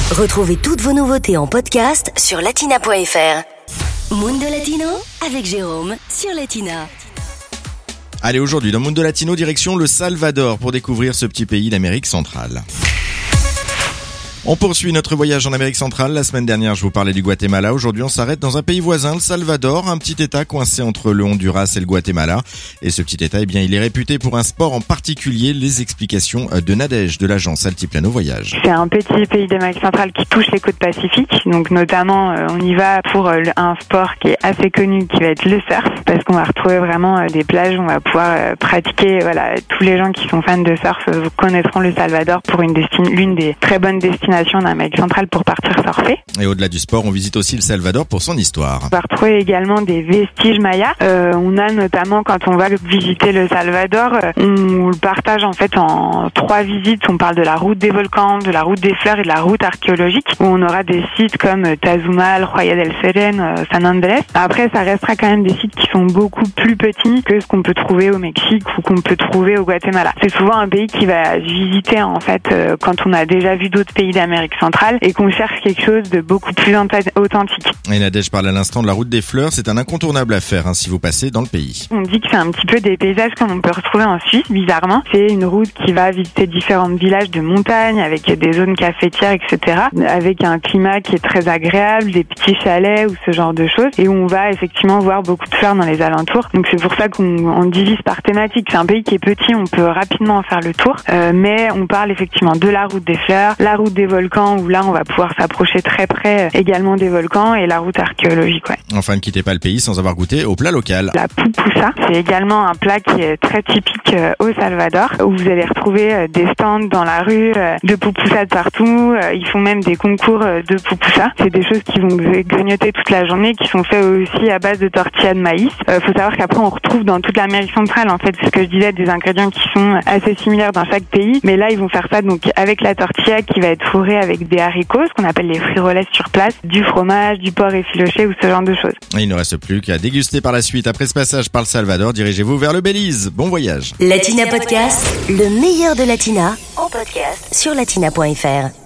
Retrouvez toutes vos nouveautés en podcast sur latina.fr. Mundo Latino avec Jérôme sur Latina. Allez, aujourd'hui dans Mundo Latino, direction le Salvador pour découvrir ce petit pays d'Amérique centrale. On poursuit notre voyage en Amérique centrale. La semaine dernière, je vous parlais du Guatemala. Aujourd'hui, on s'arrête dans un pays voisin, le Salvador, un petit état coincé entre le Honduras et le Guatemala. Et ce petit état, il est réputé pour un sport en particulier. Les explications de Nadège de l'agence Altiplano Voyage. C'est un petit pays d'Amérique centrale qui touche les côtes pacifiques. Donc notamment, on y va pour un sport qui est assez connu, qui va être le surf, parce qu'on va retrouver vraiment des plages où on va pouvoir pratiquer. Voilà, tous les gens qui sont fans de surf connaîtront le Salvador pour l'une des très bonnes destinations en Amérique centrale pour partir surfer. Et au-delà du sport, on visite aussi le Salvador pour son histoire. On va retrouver également des vestiges mayas. On a notamment, quand on va visiter le Salvador, on le partage en fait en 3 visites. On parle de la route des volcans, de la route des fleurs et de la route archéologique, où on aura des sites comme Tazumal, Roya del Seren, San Andrés. Après, ça restera quand même des sites qui sont beaucoup plus petits que ce qu'on peut trouver au Mexique ou qu'on peut trouver au Guatemala. C'est souvent un pays qui va visiter en fait quand on a déjà vu d'autres pays d'Amérique centrale et qu'on cherche quelque chose de beaucoup plus authentique. Et Nadège parle à l'instant de la route des fleurs, c'est un incontournable à faire si vous passez dans le pays. On dit que c'est un petit peu des paysages comme on peut retrouver en Suisse, bizarrement. C'est une route qui va visiter différents villages de montagne avec des zones cafetières, etc. Avec un climat qui est très agréable, des petits chalets ou ce genre de choses, et où on va effectivement voir beaucoup de fleurs dans les alentours. Donc c'est pour ça qu'on divise par thématique. C'est un pays qui est petit, on peut rapidement en faire le tour, mais on parle effectivement de la route des fleurs, la route des volcans, où là on va pouvoir s'approcher très près également des volcans, et la route archéologique. Enfin, ne quittez pas le pays sans avoir goûté au plat local. La pupusa, c'est également un plat qui est très typique au Salvador, où vous allez retrouver des stands dans la rue de pupusa de partout. Ils font même des concours de pupusa. C'est des choses qui vont grignoter toute la journée, qui sont faits aussi à base de tortillas de maïs. Faut savoir qu'après on retrouve dans toute l'Amérique centrale, en fait, ce que je disais, des ingrédients qui sont assez similaires dans chaque pays, mais là ils vont faire ça donc avec la tortilla qui va être fourrée avec des haricots, ce qu'on appelle les frijoles sur place, du fromage, du porc effiloché ou ce genre de choses. Et il ne reste plus qu'à déguster par la suite. Après ce passage par le Salvador, dirigez-vous vers le Belize. Bon voyage. Latina Podcast, le meilleur de Latina, en podcast sur latina.fr.